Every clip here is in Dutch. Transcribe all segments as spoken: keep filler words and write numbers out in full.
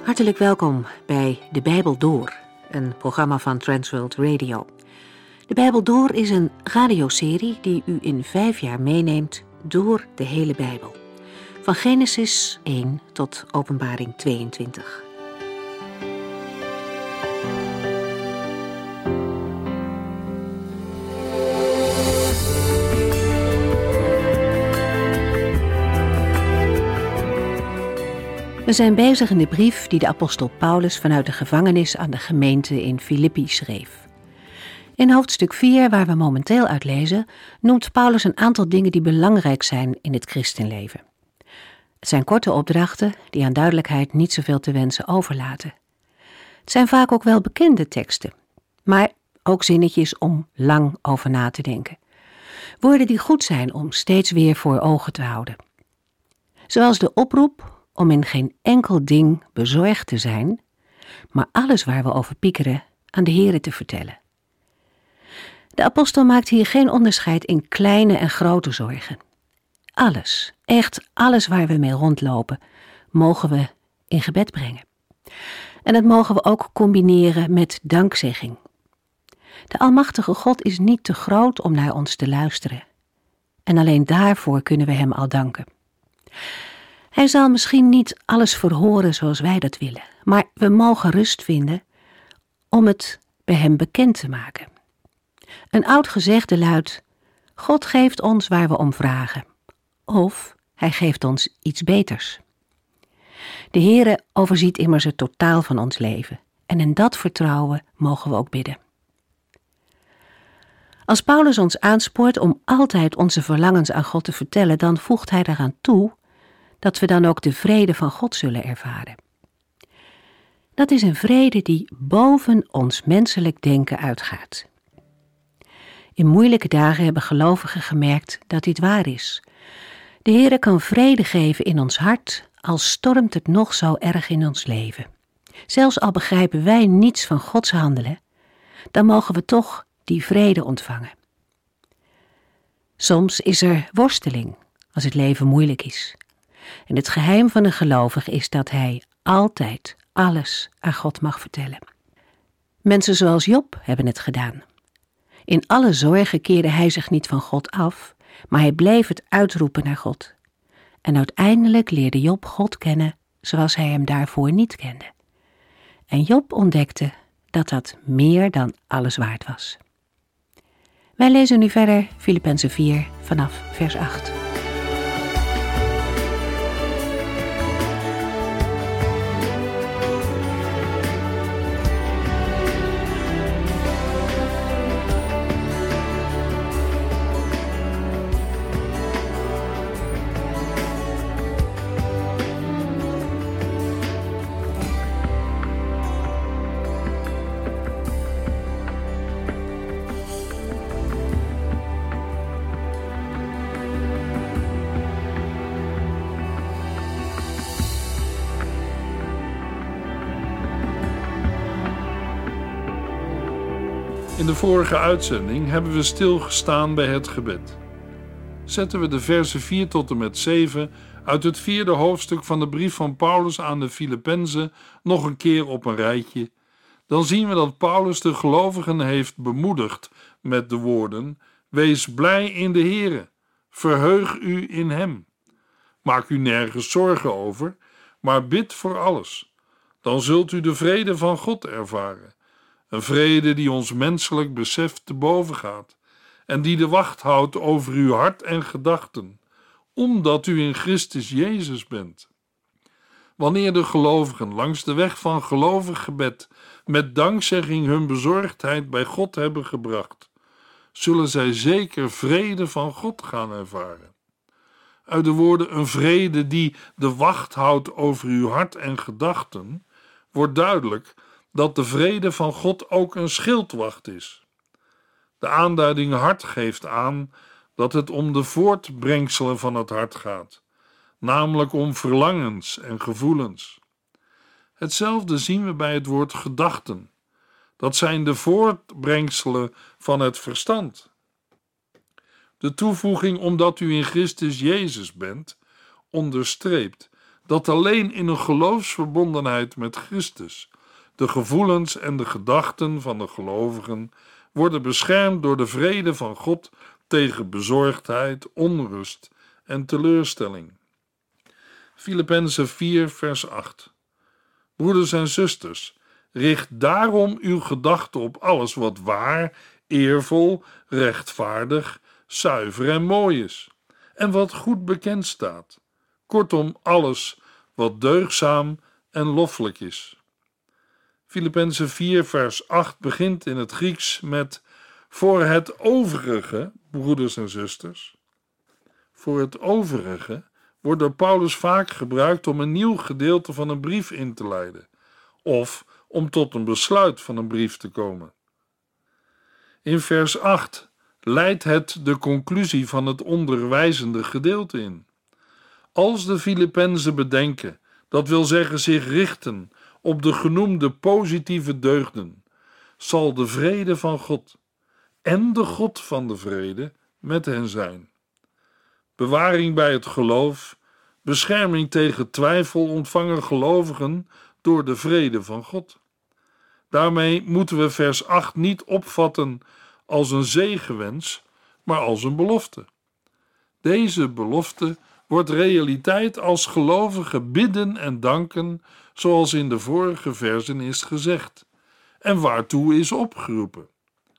Hartelijk welkom bij De Bijbel Door, een programma van Transworld Radio. De Bijbel Door is een radioserie die u in vijf jaar meeneemt door de hele Bijbel. Van Genesis één tot Openbaring tweeëntwintig. We zijn bezig in de brief die de apostel Paulus vanuit de gevangenis aan de gemeente in Filippi schreef. In hoofdstuk vier, waar we momenteel uit lezen, noemt Paulus een aantal dingen die belangrijk zijn in het christenleven. Het zijn korte opdrachten die aan duidelijkheid niet zoveel te wensen overlaten. Het zijn vaak ook wel bekende teksten, maar ook zinnetjes om lang over na te denken. Woorden die goed zijn om steeds weer voor ogen te houden. Zoals de oproep om in geen enkel ding bezorgd te zijn, maar alles waar we over piekeren aan de Here te vertellen. De apostel maakt hier geen onderscheid in kleine en grote zorgen. Alles, echt alles waar we mee rondlopen, mogen we in gebed brengen. En dat mogen we ook combineren met dankzegging. De Almachtige God is niet te groot om naar ons te luisteren. En alleen daarvoor kunnen we hem al danken. Hij zal misschien niet alles verhoren zoals wij dat willen, maar we mogen rust vinden om het bij hem bekend te maken. Een oud gezegde luidt: God geeft ons waar we om vragen, of hij geeft ons iets beters. De Heere overziet immers het totaal van ons leven en in dat vertrouwen mogen we ook bidden. Als Paulus ons aanspoort om altijd onze verlangens aan God te vertellen, dan voegt hij daaraan toe dat we dan ook de vrede van God zullen ervaren. Dat is een vrede die boven ons menselijk denken uitgaat. In moeilijke dagen hebben gelovigen gemerkt dat dit waar is. De Heere kan vrede geven in ons hart, al stormt het nog zo erg in ons leven. Zelfs al begrijpen wij niets van Gods handelen, dan mogen we toch die vrede ontvangen. Soms is er worsteling als het leven moeilijk is. En het geheim van een gelovige is dat hij altijd alles aan God mag vertellen. Mensen zoals Job hebben het gedaan. In alle zorgen keerde hij zich niet van God af, maar hij bleef het uitroepen naar God. En uiteindelijk leerde Job God kennen zoals hij hem daarvoor niet kende. En Job ontdekte dat dat meer dan alles waard was. Wij lezen nu verder Filippenzen vier vanaf vers acht. In de vorige uitzending hebben we stilgestaan bij het gebed. Zetten we de versen vier tot en met zeven uit het vierde hoofdstuk van de brief van Paulus aan de Filippenzen nog een keer op een rijtje, dan zien we dat Paulus de gelovigen heeft bemoedigd met de woorden: wees blij in de Here, verheug u in hem. Maak u nergens zorgen over, maar bid voor alles. Dan zult u de vrede van God ervaren. Een vrede die ons menselijk besef te boven gaat en die de wacht houdt over uw hart en gedachten, omdat u in Christus Jezus bent. Wanneer de gelovigen langs de weg van gelovig gebed met dankzegging hun bezorgdheid bij God hebben gebracht, zullen zij zeker vrede van God gaan ervaren. Uit de woorden een vrede die de wacht houdt over uw hart en gedachten, wordt duidelijk dat de vrede van God ook een schildwacht is. De aanduiding hart geeft aan dat het om de voortbrengselen van het hart gaat, namelijk om verlangens en gevoelens. Hetzelfde zien we bij het woord gedachten. Dat zijn de voortbrengselen van het verstand. De toevoeging omdat u in Christus Jezus bent, onderstreept dat alleen in een geloofsverbondenheid met Christus de gevoelens en de gedachten van de gelovigen worden beschermd door de vrede van God tegen bezorgdheid, onrust en teleurstelling. Filippenzen vier vers acht. Broeders en zusters, richt daarom uw gedachten op alles wat waar, eervol, rechtvaardig, zuiver en mooi is, en wat goed bekend staat. Kortom, alles wat deugdzaam en loffelijk is. Filippenzen vier vers acht begint in het Grieks met voor het overige, broeders en zusters. Voor het overige wordt door Paulus vaak gebruikt om een nieuw gedeelte van een brief in te leiden, of om tot een besluit van een brief te komen. In vers acht leidt het de conclusie van het onderwijzende gedeelte in. Als de Filippenzen bedenken, dat wil zeggen zich richten op de genoemde positieve deugden, zal de vrede van God en de God van de vrede met hen zijn. Bewaring bij het geloof, bescherming tegen twijfel ontvangen gelovigen door de vrede van God. Daarmee moeten we vers acht niet opvatten als een zegenwens, maar als een belofte. Deze belofte wordt realiteit als gelovigen bidden en danken, zoals in de vorige versen is gezegd, en waartoe is opgeroepen.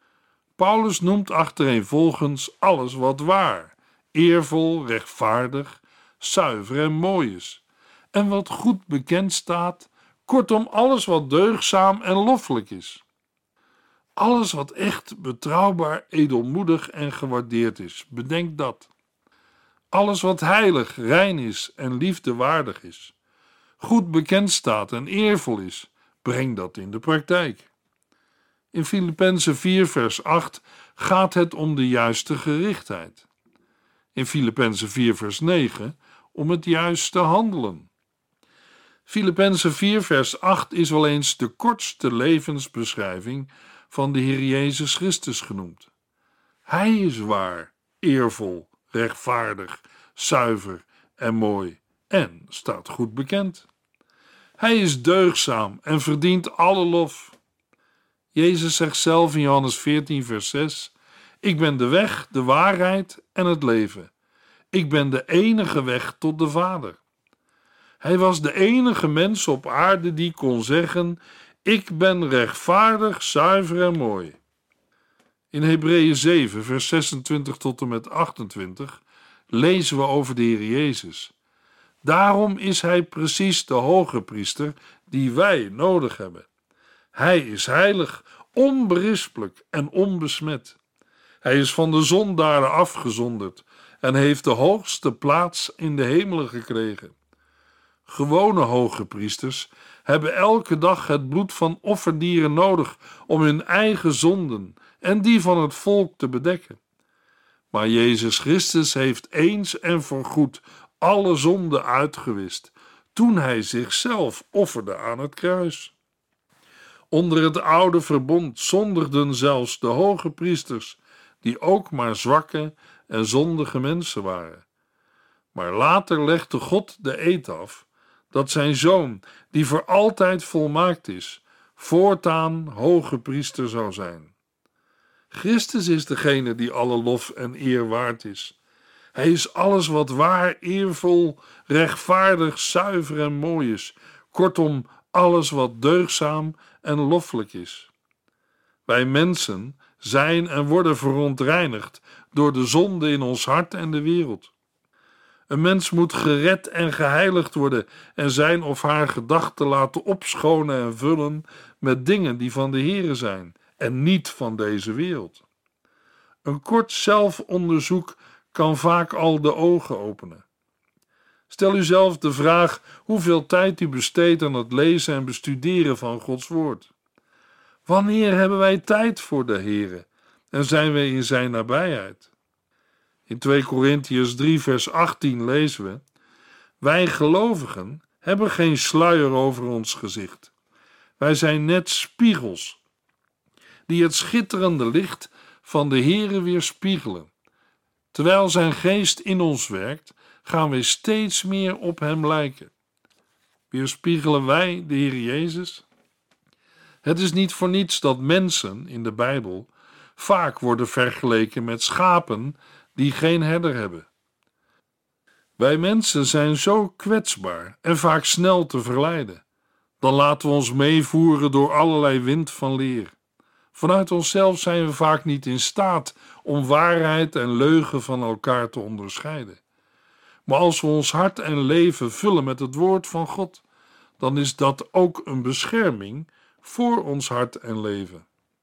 Paulus noemt achtereenvolgens alles wat waar, eervol, rechtvaardig, zuiver en mooi is, en wat goed bekend staat, kortom alles wat deugdzaam en loffelijk is. Alles wat echt, betrouwbaar, edelmoedig en gewaardeerd is, bedenk dat. Alles wat heilig, rein is en liefdewaardig is, goed bekend staat en eervol is, breng dat in de praktijk. In Filippenzen vier vers acht gaat het om de juiste gerichtheid. In Filippenzen vier vers negen om het juiste handelen. Filippenzen vier vers acht is wel eens de kortste levensbeschrijving van de Heer Jezus Christus genoemd. Hij is waar, eervol, rechtvaardig, zuiver en mooi en staat goed bekend. Hij is deugdzaam en verdient alle lof. Jezus zegt zelf in Johannes veertien vers zes: Ik ben de weg, de waarheid en het leven. Ik ben de enige weg tot de Vader. Hij was de enige mens op aarde die kon zeggen: Ik ben rechtvaardig, zuiver en mooi. In Hebreeën zeven vers zesentwintig tot en met achtentwintig lezen we over de Heer Jezus. Daarom is hij precies de hoge priester die wij nodig hebben. Hij is heilig, onberispelijk en onbesmet. Hij is van de zondaren afgezonderd en heeft de hoogste plaats in de hemelen gekregen. Gewone hoge priesters hebben elke dag het bloed van offerdieren nodig om hun eigen zonden en die van het volk te bedekken. Maar Jezus Christus heeft eens en voorgoed alle zonden uitgewist toen hij zichzelf offerde aan het kruis. Onder het oude verbond zondigden zelfs de hoge priesters, die ook maar zwakke en zondige mensen waren. Maar later legde God de eed af dat zijn zoon, die voor altijd volmaakt is, voortaan hoge priester zou zijn. Christus is degene die alle lof en eer waard is. Hij is alles wat waar, eervol, rechtvaardig, zuiver en mooi is. Kortom, alles wat deugdzaam en loffelijk is. Wij mensen zijn en worden verontreinigd door de zonde in ons hart en de wereld. Een mens moet gered en geheiligd worden en zijn of haar gedachten laten opschonen en vullen met dingen die van de Here zijn en niet van deze wereld. Een kort zelfonderzoek kan vaak al de ogen openen. Stel u zelf de vraag hoeveel tijd u besteedt aan het lezen en bestuderen van Gods woord. Wanneer hebben wij tijd voor de Here en zijn wij in zijn nabijheid? In twee Korintiërs drie vers achttien lezen we: Wij gelovigen hebben geen sluier over ons gezicht. Wij zijn net spiegels, die het schitterende licht van de Here weerspiegelen. Terwijl zijn geest in ons werkt, gaan we steeds meer op hem lijken. Weerspiegelen wij de Heer Jezus? Het is niet voor niets dat mensen in de Bijbel vaak worden vergeleken met schapen die geen herder hebben. Wij mensen zijn zo kwetsbaar en vaak snel te verleiden. Dan laten we ons meevoeren door allerlei wind van leer. Vanuit onszelf zijn we vaak niet in staat om waarheid en leugen van elkaar te onderscheiden. Maar als we ons hart en leven vullen met het woord van God, dan is dat ook een bescherming voor ons hart en leven.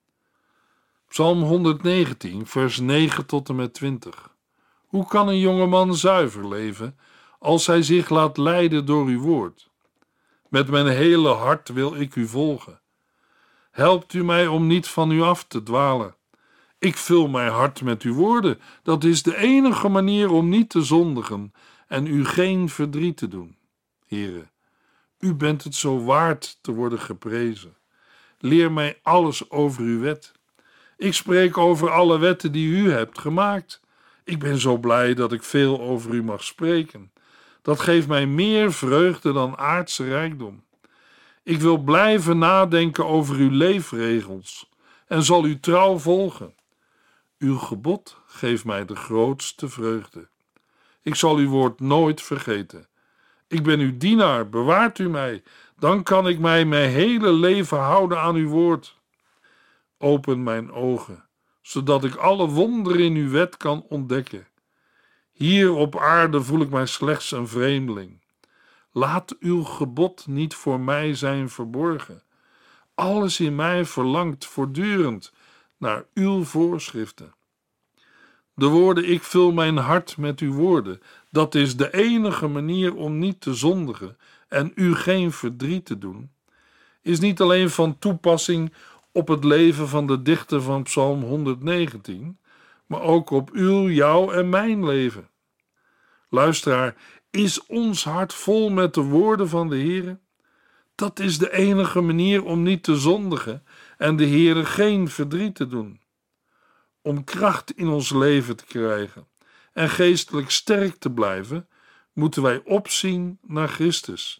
Psalm honderdnegentien, vers negen tot en met twintig. Hoe kan een jongeman zuiver leven als hij zich laat leiden door uw woord? Met mijn hele hart wil ik u volgen. Helpt u mij om niet van u af te dwalen. Ik vul mijn hart met uw woorden. Dat is de enige manier om niet te zondigen en u geen verdriet te doen. Here, u bent het zo waard te worden geprezen. Leer mij alles over uw wet. Ik spreek over alle wetten die u hebt gemaakt. Ik ben zo blij dat ik veel over u mag spreken. Dat geeft mij meer vreugde dan aardse rijkdom. Ik wil blijven nadenken over uw leefregels en zal u trouw volgen. Uw gebod geeft mij de grootste vreugde. Ik zal uw woord nooit vergeten. Ik ben uw dienaar, bewaart u mij. Dan kan ik mij mijn hele leven houden aan uw woord. Open mijn ogen, zodat ik alle wonderen in uw wet kan ontdekken. Hier op aarde voel ik mij slechts een vreemdeling. Laat uw gebod niet voor mij zijn verborgen. Alles in mij verlangt voortdurend naar uw voorschriften. De woorden, ik vul mijn hart met uw woorden, dat is de enige manier om niet te zondigen en u geen verdriet te doen, is niet alleen van toepassing op het leven van de dichter van Psalm honderdnegentien, maar ook op uw, jouw en mijn leven. Luisteraar, is ons hart vol met de woorden van de Heere? Dat is de enige manier om niet te zondigen en de Heere geen verdriet te doen. Om kracht in ons leven te krijgen en geestelijk sterk te blijven, moeten wij opzien naar Christus.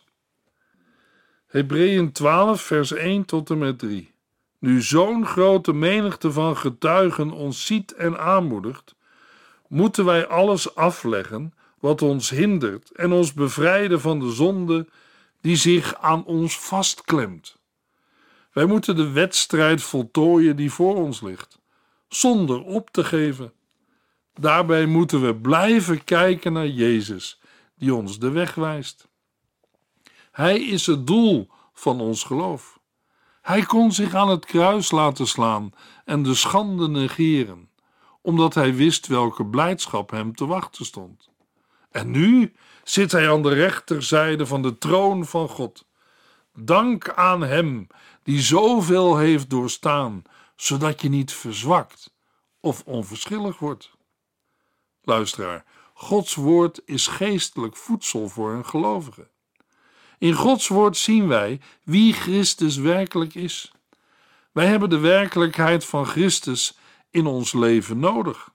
Hebreeën twaalf, vers één tot en met drie. Nu zo'n grote menigte van getuigen ons ziet en aanmoedigt, moeten wij alles afleggen wat ons hindert en ons bevrijden van de zonde die zich aan ons vastklemt. Wij moeten de wedstrijd voltooien die voor ons ligt, zonder op te geven. Daarbij moeten we blijven kijken naar Jezus, die ons de weg wijst. Hij is het doel van ons geloof. Hij kon zich aan het kruis laten slaan en de schande negeren, omdat hij wist welke blijdschap hem te wachten stond. En nu zit hij aan de rechterzijde van de troon van God. Dank aan hem die zoveel heeft doorstaan, zodat je niet verzwakt of onverschillig wordt. Luisteraar, Gods woord is geestelijk voedsel voor een gelovige. In Gods woord zien wij wie Christus werkelijk is. Wij hebben de werkelijkheid van Christus in ons leven nodig.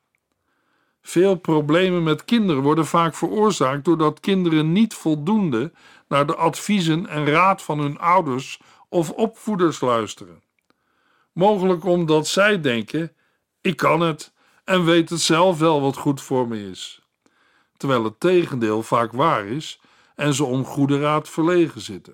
Veel problemen met kinderen worden vaak veroorzaakt doordat kinderen niet voldoende naar de adviezen en raad van hun ouders of opvoeders luisteren. Mogelijk omdat zij denken, ik kan het en weet het zelf wel wat goed voor me is. Terwijl het tegendeel vaak waar is en ze om goede raad verlegen zitten.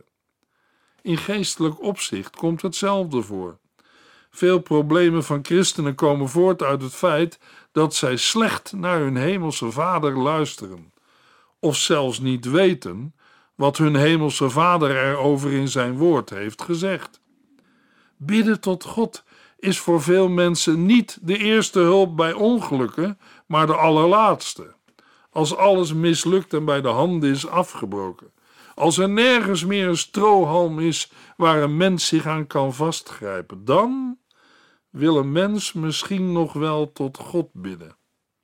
In geestelijk opzicht komt hetzelfde voor. Veel problemen van christenen komen voort uit het feit dat zij slecht naar hun hemelse Vader luisteren, of zelfs niet weten wat hun hemelse Vader erover in zijn woord heeft gezegd. Bidden tot God is voor veel mensen niet de eerste hulp bij ongelukken, maar de allerlaatste. Als alles mislukt en bij de handen is afgebroken. Als er nergens meer een strohalm is waar een mens zich aan kan vastgrijpen, dan wil een mens misschien nog wel tot God bidden.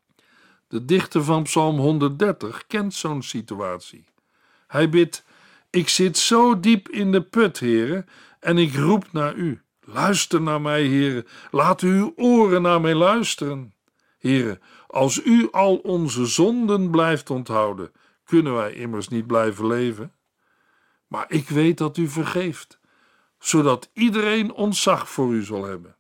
De dichter van Psalm honderddertig kent zo'n situatie. Hij bidt, ik zit zo diep in de put, Heere, en ik roep naar u. Luister naar mij, Heere, laat uw oren naar mij luisteren. Heere, als u al onze zonden blijft onthouden, kunnen wij immers niet blijven leven. maar ik weet dat u vergeeft, zodat iedereen ontzag voor u zal hebben.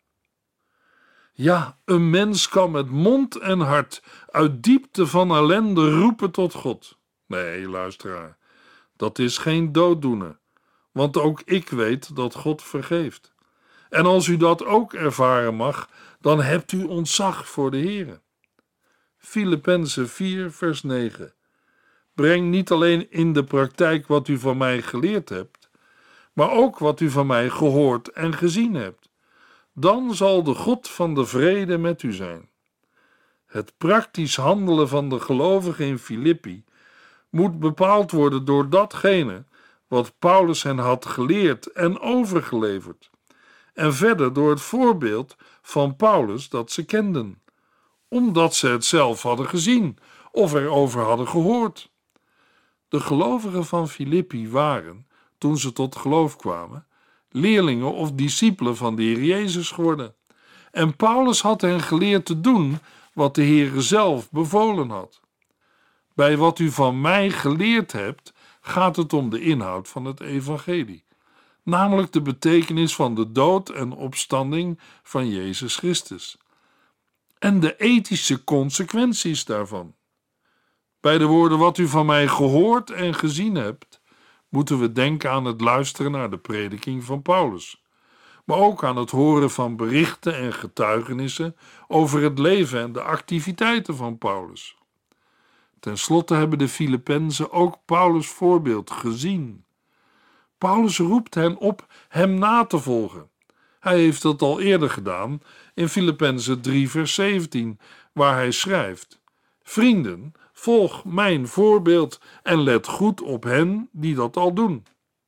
Ja, een mens kan met mond en hart uit diepte van ellende roepen tot God. Nee, luisteraar, dat is geen dooddoener, want ook ik weet dat God vergeeft. En als u dat ook ervaren mag, dan hebt u ontzag voor de Heere. Filippenzen vier, vers negen. Breng niet alleen in de praktijk wat u van mij geleerd hebt, maar ook wat u van mij gehoord en gezien hebt. Dan zal de God van de vrede met u zijn. Het praktisch handelen van de gelovigen in Filippi moet bepaald worden door datgene wat Paulus hen had geleerd en overgeleverd, en verder door het voorbeeld van Paulus dat ze kenden, omdat ze het zelf hadden gezien of erover hadden gehoord. De gelovigen van Filippi waren, toen ze tot geloof kwamen, leerlingen of discipelen van de Heer Jezus geworden. En Paulus had hen geleerd te doen wat de Heer zelf bevolen had. Bij wat u van mij geleerd hebt, gaat het om de inhoud van het evangelie, namelijk de betekenis van de dood en opstanding van Jezus Christus en de ethische consequenties daarvan. Bij de woorden wat u van mij gehoord en gezien hebt, moeten we denken aan het luisteren naar de prediking van Paulus, maar ook aan het horen van berichten en getuigenissen over het leven en de activiteiten van Paulus. Ten slotte hebben de Filippenzen ook Paulus' voorbeeld gezien. Paulus roept hen op hem na te volgen. Hij heeft dat al eerder gedaan in Filippenzen drie, vers zeventien, waar hij schrijft: Vrienden, volg mijn voorbeeld en let goed op hen die dat al doen.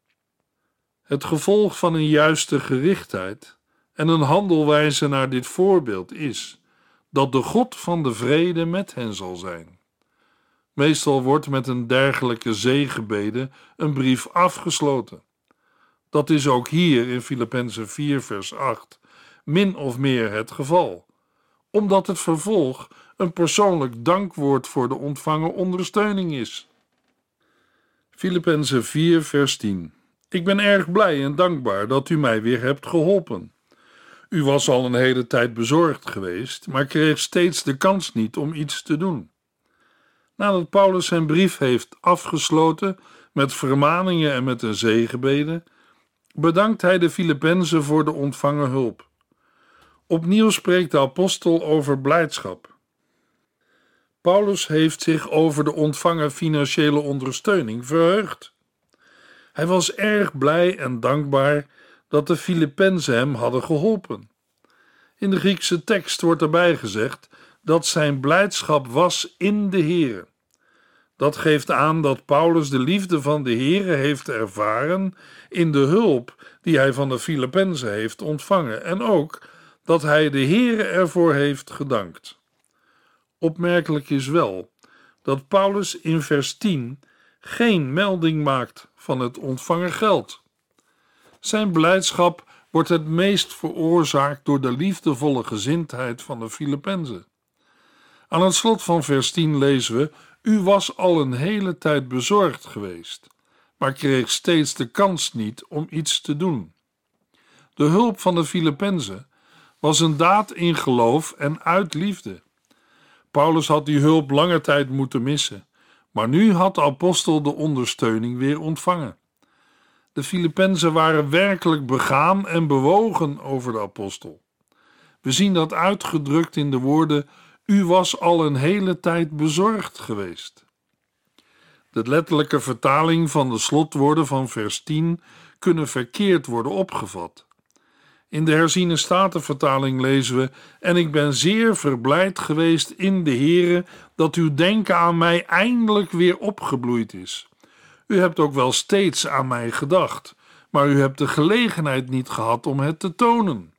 Het gevolg van een juiste gerichtheid en een handelwijze naar dit voorbeeld is dat de God van de vrede met hen zal zijn. Meestal wordt met een dergelijke zegenbede een brief afgesloten. Dat is ook hier in Filippenzen vier, vers acht min of meer het geval, omdat het vervolg een persoonlijk dankwoord voor de ontvangen ondersteuning is. Filippenzen vier, vers tien. Ik ben erg blij en dankbaar dat u mij weer hebt geholpen. U was al een hele tijd bezorgd geweest, maar kreeg steeds de kans niet om iets te doen. Nadat Paulus zijn brief heeft afgesloten met vermaningen en met een zegenbede, bedankt hij de Filippenzen voor de ontvangen hulp. Opnieuw spreekt de apostel over blijdschap. Paulus heeft zich over de ontvangen financiële ondersteuning verheugd. Hij was erg blij en dankbaar dat de Filippenzen hem hadden geholpen. In de Griekse tekst wordt erbij gezegd dat zijn blijdschap was in de Here. Dat geeft aan dat Paulus de liefde van de Here heeft ervaren in de hulp die hij van de Filippenzen heeft ontvangen en ook dat hij de Here ervoor heeft gedankt. Opmerkelijk is wel dat Paulus in vers tien geen melding maakt van het ontvangen geld. Zijn blijdschap wordt het meest veroorzaakt door de liefdevolle gezindheid van de Filippenzen. Aan het slot van vers tien lezen we: U was al een hele tijd bezorgd geweest, maar kreeg steeds de kans niet om iets te doen. De hulp van de Filippenzen was een daad in geloof en uit liefde. Paulus had die hulp lange tijd moeten missen, maar nu had de apostel de ondersteuning weer ontvangen. De Filippenzen waren werkelijk begaan en bewogen over de apostel. We zien dat uitgedrukt in de woorden: U was al een hele tijd bezorgd geweest. De letterlijke vertaling van de slotwoorden van vers tien kunnen verkeerd worden opgevat. In de herziene statenvertaling lezen we: En ik ben zeer verblijd geweest in de Here dat uw denken aan mij eindelijk weer opgebloeid is. U hebt ook wel steeds aan mij gedacht, maar u hebt de gelegenheid niet gehad om het te tonen.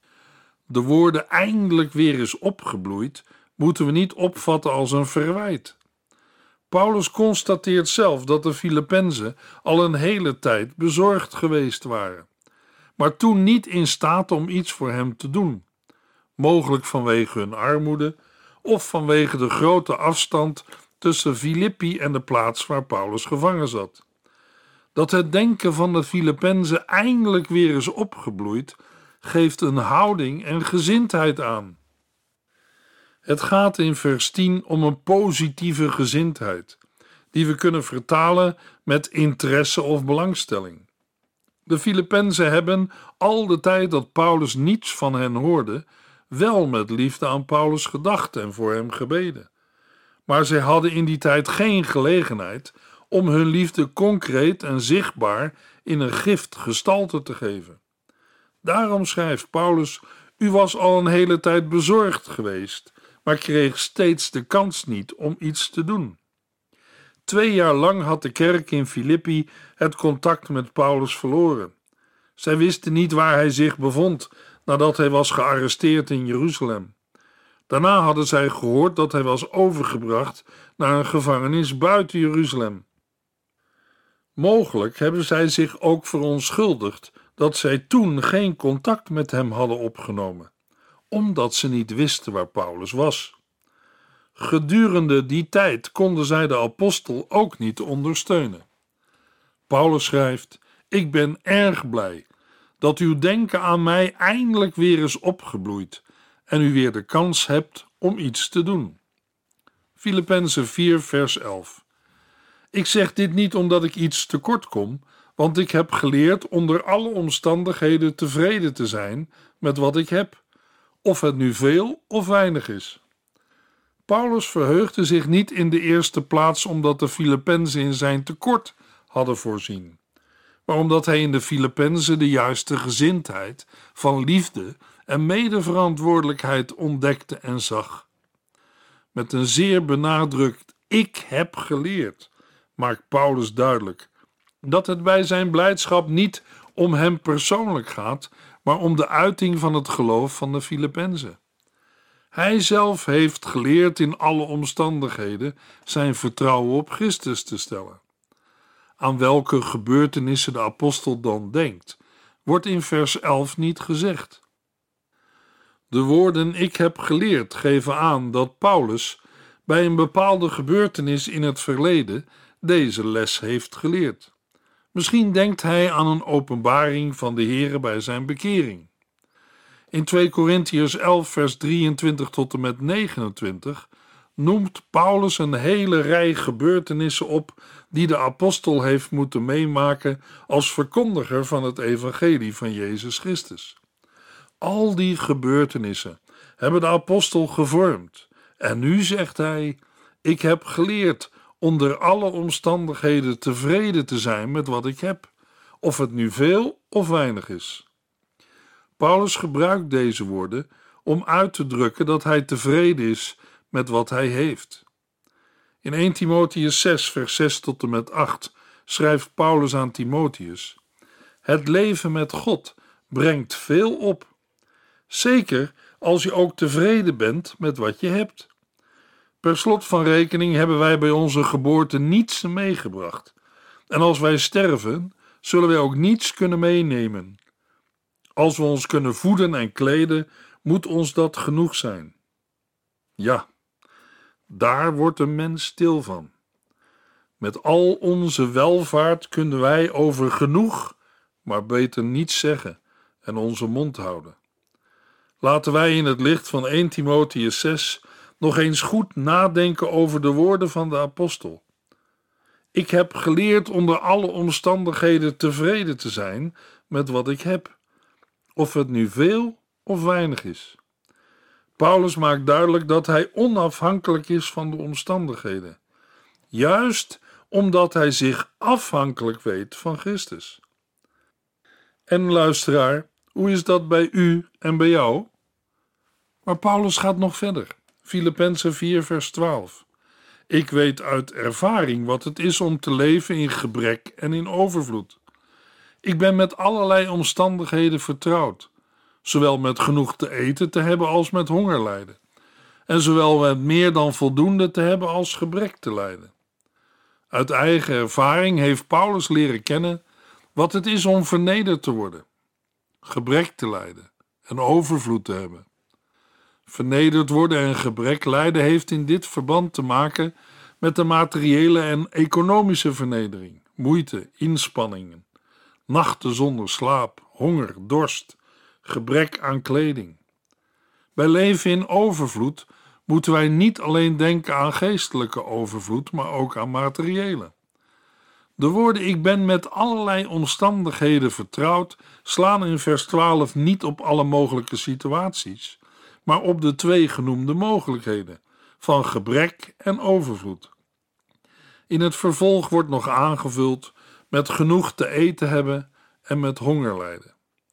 De woorden eindelijk weer is opgebloeid moeten we niet opvatten als een verwijt. Paulus constateert zelf dat de Filippenzen al een hele tijd bezorgd geweest waren, maar toen niet in staat om iets voor hem te doen, mogelijk vanwege hun armoede of vanwege de grote afstand tussen Filippi en de plaats waar Paulus gevangen zat. Dat het denken van de Filippenzen eindelijk weer is opgebloeid, geeft een houding en gezindheid aan. Het gaat in vers tien om een positieve gezindheid, die we kunnen vertalen met interesse of belangstelling. De Filippenzen hebben, al de tijd dat Paulus niets van hen hoorde, wel met liefde aan Paulus gedacht en voor hem gebeden. Maar zij hadden in die tijd geen gelegenheid om hun liefde concreet en zichtbaar in een gift gestalte te geven. Daarom schrijft Paulus: U was al een hele tijd bezorgd geweest, maar kreeg steeds de kans niet om iets te doen. Twee jaar lang had de kerk in Filippi het contact met Paulus verloren. Zij wisten niet waar hij zich bevond nadat hij was gearresteerd in Jeruzalem. Daarna hadden zij gehoord dat hij was overgebracht naar een gevangenis buiten Jeruzalem. Mogelijk hebben zij zich ook verontschuldigd dat zij toen geen contact met hem hadden opgenomen, omdat ze niet wisten waar Paulus was. Gedurende die tijd konden zij de apostel ook niet ondersteunen. Paulus schrijft: Ik ben erg blij dat uw denken aan mij eindelijk weer is opgebloeid en u weer de kans hebt om iets te doen. Filippenzen vier vers elf. Ik zeg dit niet omdat ik iets tekort kom, want ik heb geleerd onder alle omstandigheden tevreden te zijn met wat ik heb, of het nu veel of weinig is. Paulus verheugde zich niet in de eerste plaats omdat de Filippenzen in zijn tekort hadden voorzien, maar omdat hij in de Filippenzen de juiste gezindheid van liefde en medeverantwoordelijkheid ontdekte en zag. Met een zeer benadrukt ik heb geleerd, maakt Paulus duidelijk dat het bij zijn blijdschap niet om hem persoonlijk gaat, maar om de uiting van het geloof van de Filippenzen. Hij zelf heeft geleerd in alle omstandigheden zijn vertrouwen op Christus te stellen. Aan welke gebeurtenissen de apostel dan denkt, wordt in vers elf niet gezegd. De woorden ik heb geleerd geven aan dat Paulus bij een bepaalde gebeurtenis in het verleden deze les heeft geleerd. Misschien denkt hij aan een openbaring van de Here bij zijn bekering. In twee Korintiërs elf vers drieëntwintig tot en met negenentwintig noemt Paulus een hele rij gebeurtenissen op die de apostel heeft moeten meemaken als verkondiger van het evangelie van Jezus Christus. Al die gebeurtenissen hebben de apostel gevormd en nu zegt hij: ik heb geleerd onder alle omstandigheden tevreden te zijn met wat ik heb, of het nu veel of weinig is. Paulus gebruikt deze woorden om uit te drukken dat hij tevreden is met wat hij heeft. In eerste Timotheüs zes vers zes tot en met acht schrijft Paulus aan Timotheus: het leven met God brengt veel op, zeker als je ook tevreden bent met wat je hebt. Per slot van rekening hebben wij bij onze geboorte niets meegebracht, en als wij sterven, zullen wij ook niets kunnen meenemen. Als we ons kunnen voeden en kleden, moet ons dat genoeg zijn. Ja, daar wordt een mens stil van. Met al onze welvaart kunnen wij over genoeg, maar beter niets zeggen en onze mond houden. Laten wij in het licht van eerste Timotheüs zes nog eens goed nadenken over de woorden van de apostel. Ik heb geleerd onder alle omstandigheden tevreden te zijn met wat ik heb, of het nu veel of weinig is. Paulus maakt duidelijk dat hij onafhankelijk is van de omstandigheden, juist omdat hij zich afhankelijk weet van Christus. En luisteraar, hoe is dat bij u en bij jou? Maar Paulus gaat nog verder. Filippenzen vier vers twaalf. Ik weet uit ervaring wat het is om te leven in gebrek en in overvloed. Ik ben met allerlei omstandigheden vertrouwd, zowel met genoeg te eten te hebben als met honger lijden, en zowel met meer dan voldoende te hebben als gebrek te lijden. Uit eigen ervaring heeft Paulus leren kennen wat het is om vernederd te worden, gebrek te lijden en overvloed te hebben. Vernederd worden en gebrek lijden heeft in dit verband te maken met de materiële en economische vernedering, moeite, inspanningen, nachten zonder slaap, honger, dorst, gebrek aan kleding. Bij leven in overvloed moeten wij niet alleen denken aan geestelijke overvloed, maar ook aan materiële. De woorden "ik ben met allerlei omstandigheden vertrouwd" slaan in vers twaalf niet op alle mogelijke situaties, maar op de twee genoemde mogelijkheden, van gebrek en overvloed. In het vervolg wordt nog aangevuld met genoeg te eten hebben en met honger lijden.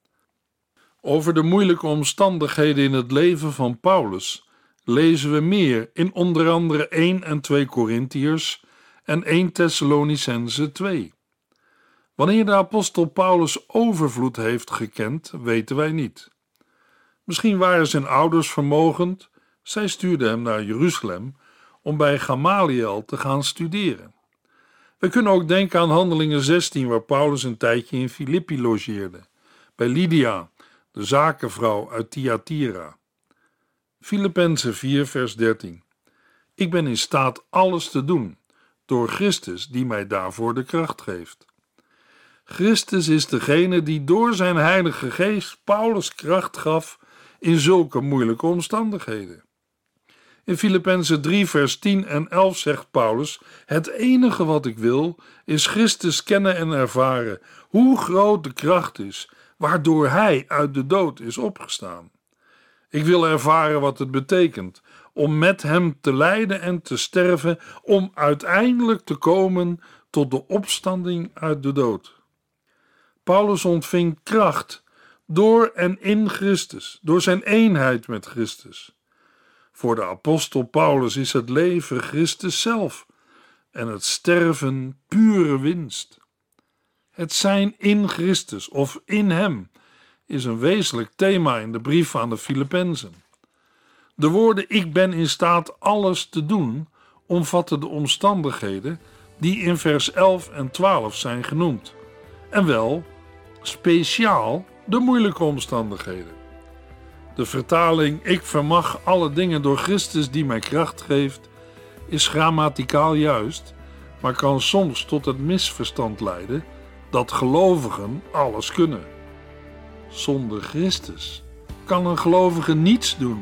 Over de moeilijke omstandigheden in het leven van Paulus lezen we meer in onder andere één en twee Korintiërs en eerste Thessalonicenzen twee. Wanneer de apostel Paulus overvloed heeft gekend, weten wij niet. Misschien waren zijn ouders vermogend, zij stuurden hem naar Jeruzalem om bij Gamaliel te gaan studeren. We kunnen ook denken aan Handelingen zestien, waar Paulus een tijdje in Filippi logeerde, bij Lydia, de zakenvrouw uit Thyatira. Filippenzen vier, vers dertien. Ik ben in staat alles te doen, door Christus die mij daarvoor de kracht geeft. Christus is degene die door zijn Heilige Geest Paulus kracht gaf in zulke moeilijke omstandigheden. In Filippenzen drie, vers tien en elf zegt Paulus: het enige wat ik wil, is Christus kennen en ervaren, hoe groot de kracht is, waardoor hij uit de dood is opgestaan. Ik wil ervaren wat het betekent om met hem te lijden en te sterven, om uiteindelijk te komen tot de opstanding uit de dood. Paulus ontving kracht door en in Christus, door zijn eenheid met Christus. Voor de apostel Paulus is het leven Christus zelf en het sterven pure winst. Het zijn in Christus of in hem is een wezenlijk thema in de brief aan de Filippenzen. De woorden "ik ben in staat alles te doen" omvatten de omstandigheden die in vers elf en twaalf zijn genoemd. En wel speciaal de moeilijke omstandigheden. De vertaling "ik vermag alle dingen door Christus die mij kracht geeft" is grammaticaal juist, maar kan soms tot het misverstand leiden dat gelovigen alles kunnen. Zonder Christus kan een gelovige niets doen.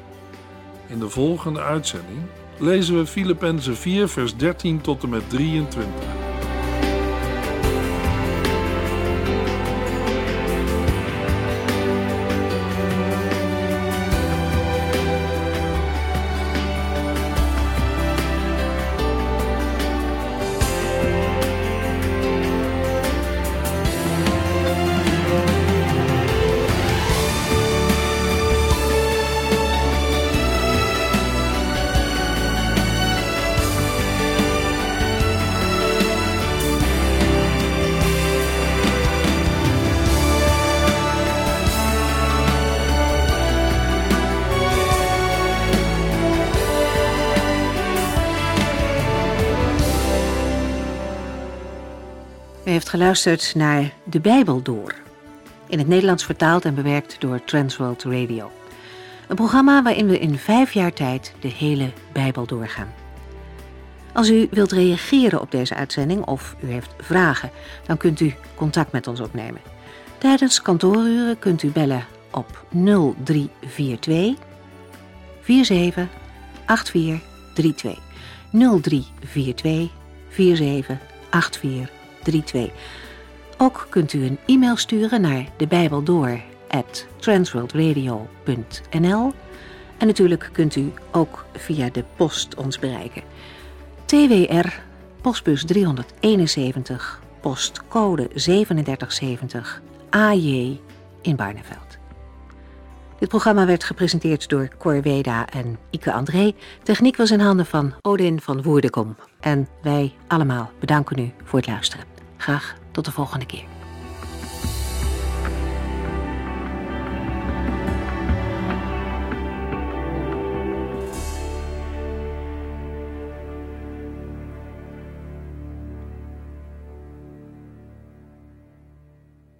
In de volgende uitzending lezen we Filippenzen vier, vers dertien tot en met drieëntwintig. U heeft geluisterd naar De Bijbel Door, in het Nederlands vertaald en bewerkt door Transworld Radio. Een programma waarin we in vijf jaar tijd de hele Bijbel doorgaan. Als u wilt reageren op deze uitzending of u heeft vragen, dan kunt u contact met ons opnemen. Tijdens kantooruren kunt u bellen op nul drie vier twee, vier zeven acht vier drie twee. nul drie vier twee, vier zeven acht vier drie twee. Ook kunt u een e-mail sturen naar debijbeldoor at transworldradio punt n l en natuurlijk kunt u ook via de post ons bereiken. T W R, postbus driehonderdeenenzeventig, postcode zevenendertig zeventig, A J in Barneveld. Dit programma werd gepresenteerd door Cor Weda en Ike André. Techniek was in handen van Odin van Woerdekom. En wij allemaal bedanken u voor het luisteren. Graag tot de volgende keer.